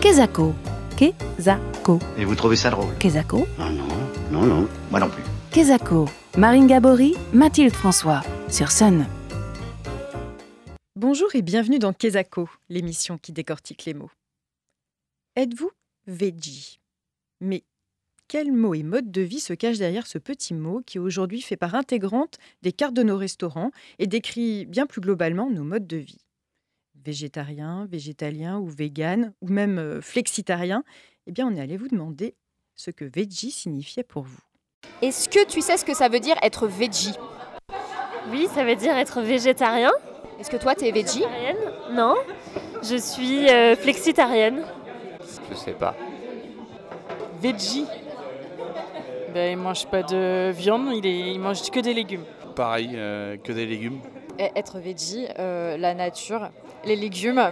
Kezako. Kezako. Et vous trouvez ça drôle? Kezako. Ah non, non, non, moi non plus. Kezako. Marine Gabory, Mathilde François, sur Sun. Bonjour et bienvenue dans Kezako, l'émission qui décortique les mots. Êtes-vous veggie? Mais quel mot et mode de vie se cache derrière ce petit mot qui aujourd'hui fait part intégrante des cartes de nos restaurants et décrit bien plus globalement nos modes de vie? Végétarien, végétalien ou vegan, ou même flexitarien, eh bien on est allé vous demander ce que veggie signifiait pour vous. Est-ce que tu sais ce que ça veut dire être veggie? Oui, ça veut dire être végétarien. Est-ce que toi t'es veggie? Non, je suis flexitarienne. Je sais pas. Veggie. Il mange pas de viande, il mange que des légumes. Pareil, que des légumes. Être veggie, la nature, les légumes.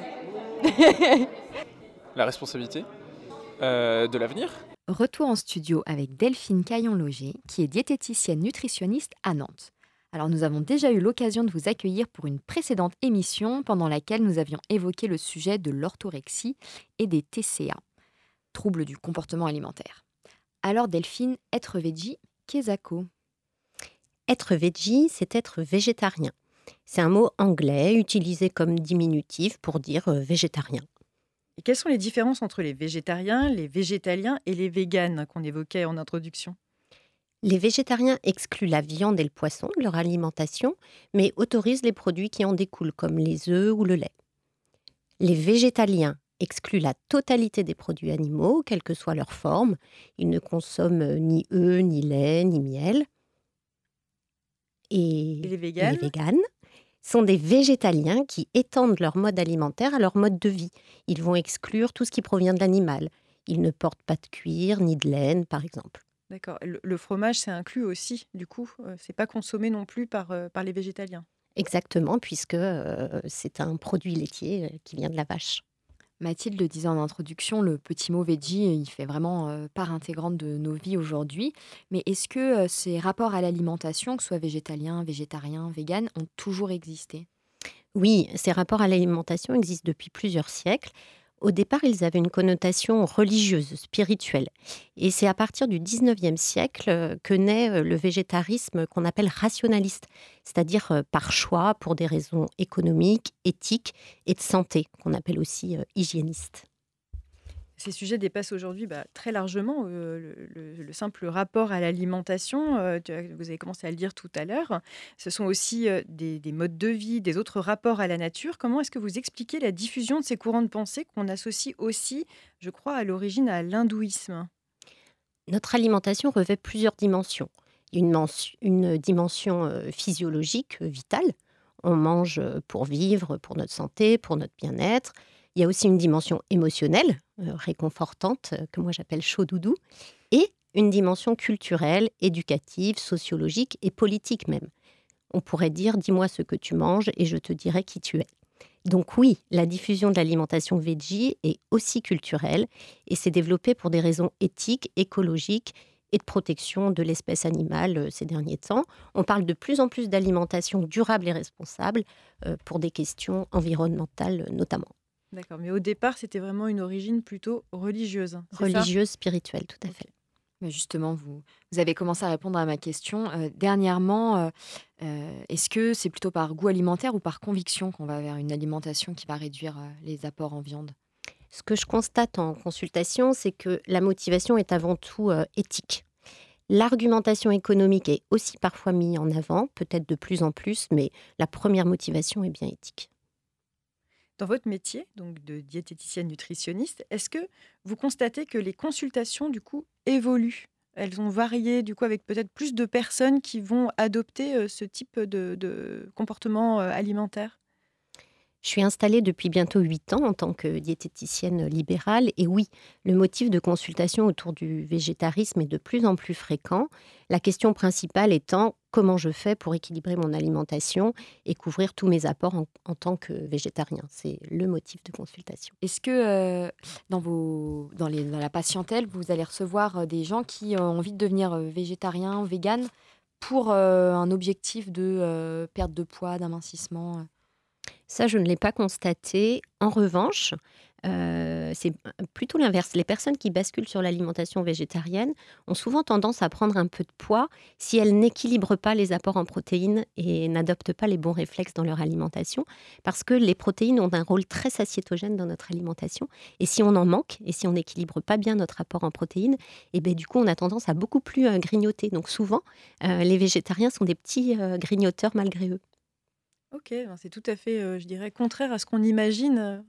La responsabilité de l'avenir. Retour en studio avec Delphine Caillon-Loger, qui est diététicienne nutritionniste à Nantes. Alors nous avons déjà eu l'occasion de vous accueillir pour une précédente émission pendant laquelle nous avions évoqué le sujet de l'orthorexie et des TCA, troubles du comportement alimentaire. Alors Delphine, être veggie, kezako? Être veggie, c'est être végétarien. C'est un mot anglais utilisé comme diminutif pour dire végétarien. Et quelles sont les différences entre les végétariens, les végétaliens et les véganes qu'on évoquait en introduction? Les végétariens excluent la viande et le poisson de leur alimentation, mais autorisent les produits qui en découlent, comme les œufs ou le lait. Les végétaliens excluent la totalité des produits animaux, quelle que soit leur forme. Ils ne consomment ni œufs, ni lait, ni miel. Et les véganes sont des végétaliens qui étendent leur mode alimentaire à leur mode de vie. Ils vont exclure tout ce qui provient de l'animal. Ils ne portent pas de cuir ni de laine, par exemple. D'accord. Le fromage, c'est inclus aussi, du coup. C'est pas consommé non plus par les végétaliens. Exactement, puisque c'est un produit laitier qui vient de la vache. Mathilde le disait en introduction, le petit mot veggie, il fait vraiment part intégrante de nos vies aujourd'hui. Mais est-ce que ces rapports à l'alimentation, que ce soit végétalien, végétarien, vegan, ont toujours existé? Oui, ces rapports à l'alimentation existent depuis plusieurs siècles. Au départ, ils avaient une connotation religieuse, spirituelle. Et c'est à partir du 19e siècle que naît le végétarisme qu'on appelle rationaliste, c'est-à-dire par choix pour des raisons économiques, éthiques et de santé, qu'on appelle aussi hygiéniste. Ces sujets dépassent aujourd'hui très largement le simple rapport à l'alimentation. Vous avez commencé à le dire tout à l'heure. Ce sont aussi des modes de vie, des autres rapports à la nature. Comment est-ce que vous expliquez la diffusion de ces courants de pensée qu'on associe aussi, je crois, à l'origine à l'hindouisme? Notre alimentation revêt plusieurs dimensions. Une dimension physiologique, vitale. On mange pour vivre, pour notre santé, pour notre bien-être. Il y a aussi une dimension émotionnelle, réconfortante, que moi j'appelle chaud doudou, et une dimension culturelle, éducative, sociologique et politique même. On pourrait dire « dis-moi ce que tu manges et je te dirai qui tu es ». Donc oui, la diffusion de l'alimentation veggie est aussi culturelle et s'est développée pour des raisons éthiques, écologiques et de protection de l'espèce animale ces derniers temps. On parle de plus en plus d'alimentation durable et responsable pour des questions environnementales notamment. D'accord, mais au départ, c'était vraiment une origine plutôt religieuse. Religieuse, spirituelle, tout à fait. Mais justement, vous avez commencé à répondre à ma question. Dernièrement, est-ce que c'est plutôt par goût alimentaire ou par conviction qu'on va vers une alimentation qui va réduire les apports en viande? Ce que je constate en consultation, c'est que la motivation est avant tout éthique. L'argumentation économique est aussi parfois mise en avant, peut-être de plus en plus, mais la première motivation est bien éthique. Dans votre métier, donc de diététicienne nutritionniste, est-ce que vous constatez que les consultations, du coup, évoluent? Elles ont varié, du coup, avec peut-être plus de personnes qui vont adopter ce type de comportement alimentaire? Je suis installée depuis bientôt 8 ans en tant que diététicienne libérale et oui, le motif de consultation autour du végétarisme est de plus en plus fréquent. La question principale étant comment je fais pour équilibrer mon alimentation et couvrir tous mes apports en tant que végétarien. C'est le motif de consultation. Est-ce que dans la patientèle, vous allez recevoir des gens qui ont envie de devenir végétariens, véganes pour un objectif de perte de poids, d'amincissement? Ça, je ne l'ai pas constaté. En revanche, C'est plutôt l'inverse. Les personnes qui basculent sur l'alimentation végétarienne ont souvent tendance à prendre un peu de poids si elles n'équilibrent pas les apports en protéines et n'adoptent pas les bons réflexes dans leur alimentation, parce que les protéines ont un rôle très satiétogène dans notre alimentation. Et si on en manque, et si on n'équilibre pas bien notre apport en protéines, et ben, du coup, on a tendance à beaucoup plus grignoter. Donc souvent, les végétariens sont des petits grignoteurs malgré eux. Ok, c'est tout à fait, je dirais, contraire à ce qu'on imagine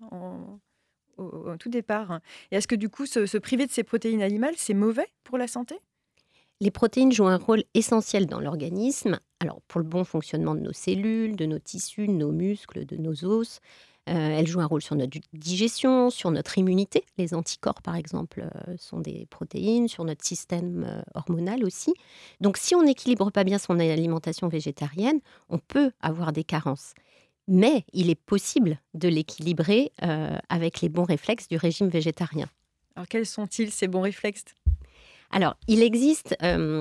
au tout départ. Et est-ce que du coup, se priver de ces protéines animales, c'est mauvais pour la santé? Les protéines jouent un rôle essentiel dans l'organisme, alors pour le bon fonctionnement de nos cellules, de nos tissus, de nos muscles, de nos os. Elles jouent un rôle sur notre digestion, sur notre immunité. Les anticorps, par exemple, sont des protéines, sur notre système hormonal aussi. Donc si on n'équilibre pas bien son alimentation végétarienne, on peut avoir des carences. Mais il est possible de l'équilibrer avec les bons réflexes du régime végétarien. Alors quels sont-ils, ces bons réflexes? Alors, il existe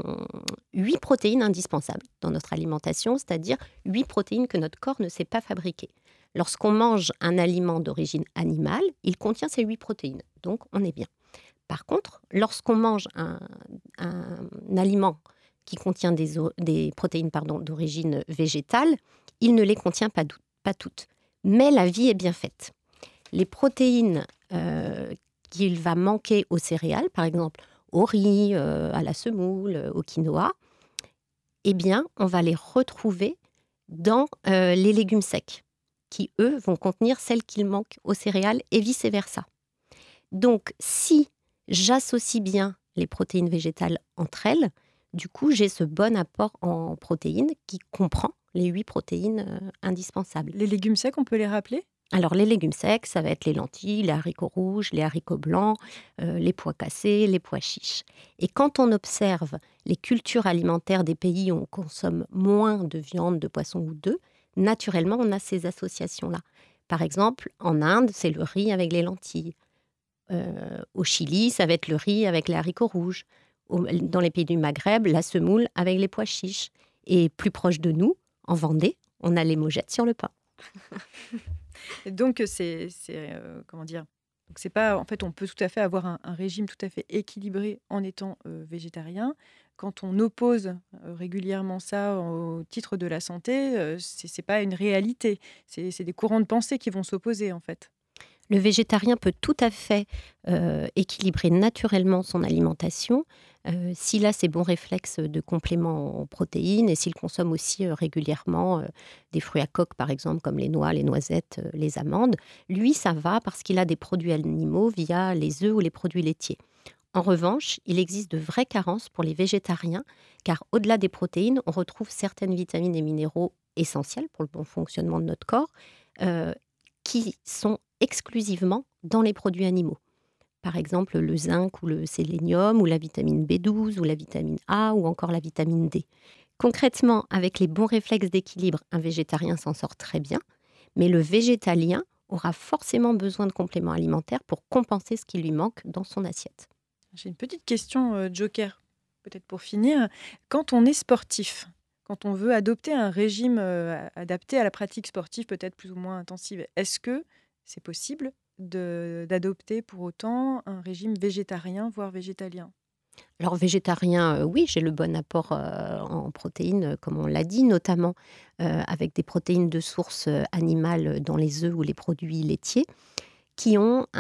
8 protéines indispensables dans notre alimentation, c'est-à-dire 8 protéines que notre corps ne sait pas fabriquer. Lorsqu'on mange un aliment d'origine animale, il contient ces 8 protéines, donc on est bien. Par contre, lorsqu'on mange un aliment qui contient des protéines d'origine végétale, il ne les contient pas toutes. Mais la vie est bien faite. Les protéines qu'il va manquer aux céréales, par exemple au riz, à la semoule, au quinoa, eh bien, on va les retrouver dans les légumes secs, qui, eux, vont contenir celles qu'il manque aux céréales et vice-versa. Donc, si j'associe bien les protéines végétales entre elles, du coup, j'ai ce bon apport en protéines qui comprend les 8 protéines indispensables. Les légumes secs, on peut les rappeler? Alors, les légumes secs, ça va être les lentilles, les haricots rouges, les haricots blancs, les pois cassés, les pois chiches. Et quand on observe les cultures alimentaires des pays où on consomme moins de viande, de poisson ou d'œufs, naturellement, on a ces associations-là. Par exemple, en Inde, c'est le riz avec les lentilles. Au Chili, ça va être le riz avec les haricots rouges. Dans les pays du Maghreb, la semoule avec les pois chiches. Et plus proche de nous, en Vendée, on a les mogettes sur le pain. Et donc, comment dire? Donc, c'est pas, en fait, on peut tout à fait avoir un régime tout à fait équilibré en étant végétarien. Quand on oppose régulièrement ça au titre de la santé, c'est pas une réalité. C'est des courants de pensée qui vont s'opposer, en fait. Le végétarien peut tout à fait équilibrer naturellement son alimentation s'il a ses bons réflexes de complément en protéines et s'il consomme aussi régulièrement des fruits à coque, par exemple, comme les noix, les noisettes, les amandes. Lui, ça va parce qu'il a des produits animaux via les œufs ou les produits laitiers. En revanche, il existe de vraies carences pour les végétariens, car au-delà des protéines, on retrouve certaines vitamines et minéraux essentiels pour le bon fonctionnement de notre corps, qui sont exclusivement dans les produits animaux. Par exemple, le zinc ou le sélénium, ou la vitamine B12, ou la vitamine A, ou encore la vitamine D. Concrètement, avec les bons réflexes d'équilibre, un végétarien s'en sort très bien, mais le végétalien aura forcément besoin de compléments alimentaires pour compenser ce qui lui manque dans son assiette. J'ai une petite question, Joker, peut-être pour finir. Quand on est sportif, quand on veut adopter un régime adapté à la pratique sportive, peut-être plus ou moins intensive, est-ce que c'est possible d'adopter pour autant un régime végétarien, voire végétalien? Alors végétarien, oui, j'ai le bon apport en protéines, comme on l'a dit, notamment avec des protéines de source animale dans les œufs ou les produits laitiers, qui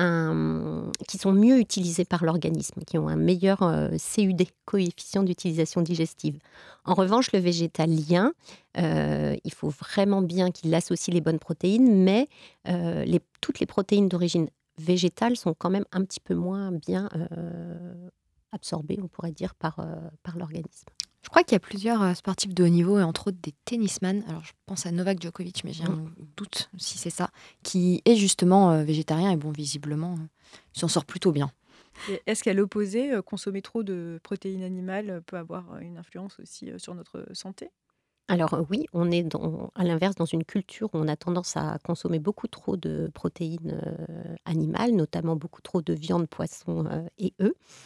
sont mieux utilisés par l'organisme, qui ont un meilleur CUD, coefficient d'utilisation digestive. En revanche, le végétalien, il faut vraiment bien qu'il associe les bonnes protéines, mais toutes les protéines d'origine végétale sont quand même un petit peu moins bien absorbées, on pourrait dire, par l'organisme. Je crois qu'il y a plusieurs sportifs de haut niveau, et entre autres des tennisman. Alors, je pense à Novak Djokovic, mais j'ai un doute si c'est ça, qui est justement végétarien. Et bon, visiblement, il s'en sort plutôt bien. Et est-ce qu'à l'opposé, consommer trop de protéines animales peut avoir une influence aussi sur notre santé? Alors oui, on est à l'inverse dans une culture où on a tendance à consommer beaucoup trop de protéines animales, notamment beaucoup trop de viande, poisson et œufs.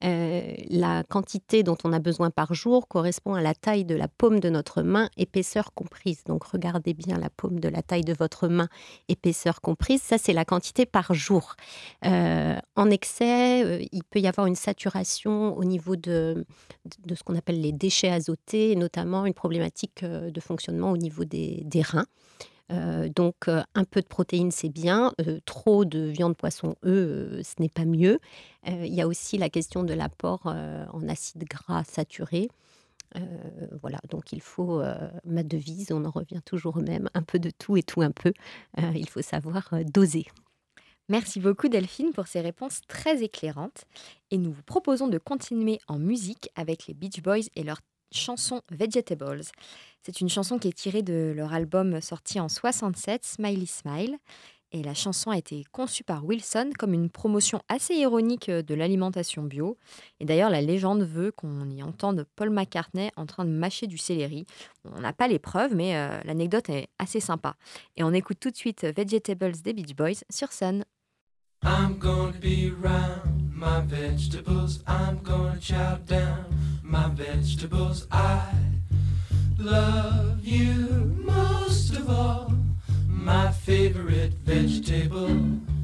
La quantité dont on a besoin par jour correspond à la taille de la paume de notre main, épaisseur comprise. Donc regardez bien la paume de la taille de votre main, épaisseur comprise. Ça, c'est la quantité par jour. En excès, il peut y avoir une saturation au niveau de ce qu'on appelle les déchets azotés, et notamment une problématique de fonctionnement au niveau des reins. Donc, un peu de protéines, c'est bien. Trop de viande, poisson, œufs, ce n'est pas mieux. Il y a aussi la question de l'apport en acides gras saturés. Voilà, donc il faut, ma devise, on en revient toujours au même, un peu de tout et tout un peu. Il faut savoir doser. Merci beaucoup Delphine pour ces réponses très éclairantes. Et nous vous proposons de continuer en musique avec les Beach Boys et leur chanson Vegetables. C'est une chanson qui est tirée de leur album sorti en 67, Smiley Smile. Et la chanson a été conçue par Wilson comme une promotion assez ironique de l'alimentation bio. Et d'ailleurs, la légende veut qu'on y entende Paul McCartney en train de mâcher du céleri. On n'a pas les preuves, mais l'anecdote est assez sympa. Et on écoute tout de suite Vegetables des Beach Boys sur Sun. I'm gonna be round my vegetables. I'm gonna chow down my vegetables. I love you most of all, my favorite vegetable.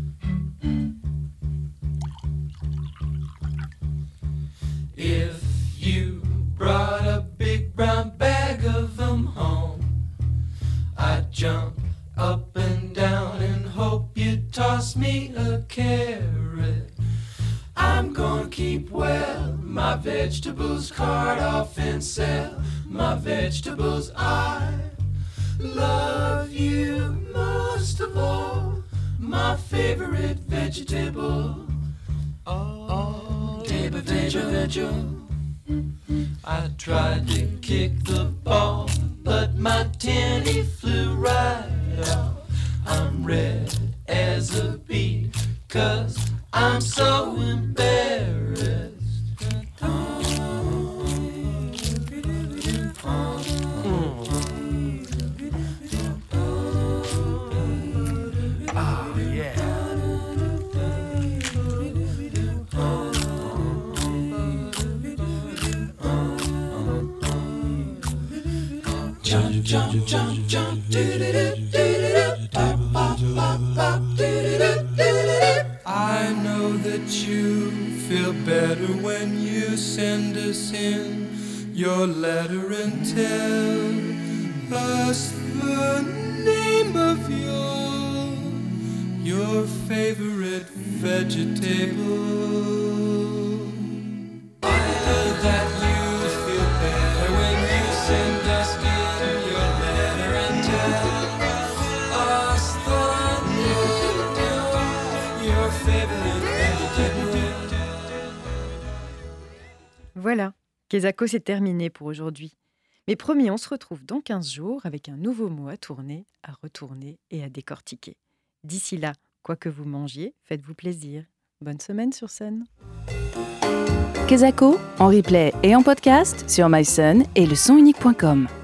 If you brought a big brown bag of them home, I'd jump up and down and hope you'd toss me a carrot. I'm gonna keep well my vegetables, cart off and sell my vegetables. I love you most of all, my favorite vegetable. Oh, vegetable. I tried to kick the ball, but my tenny flew right off. I'm red as a beet, 'cause I'm so embarrassed. Jump, jump, jump, jump, I know that you feel better when you send us in your letter and tell us the name of your favorite vegetable. I know that you feel better when you send us in your letter and tell us the name of your favorite vegetable. Voilà, Kezako, c'est terminé pour aujourd'hui. Mais promis, on se retrouve dans 15 jours avec un nouveau mot à tourner, à retourner et à décortiquer. D'ici là, quoi que vous mangiez, faites-vous plaisir. Bonne semaine sur Sun. Kezako, en replay et en podcast sur mysun et lesonunique.com.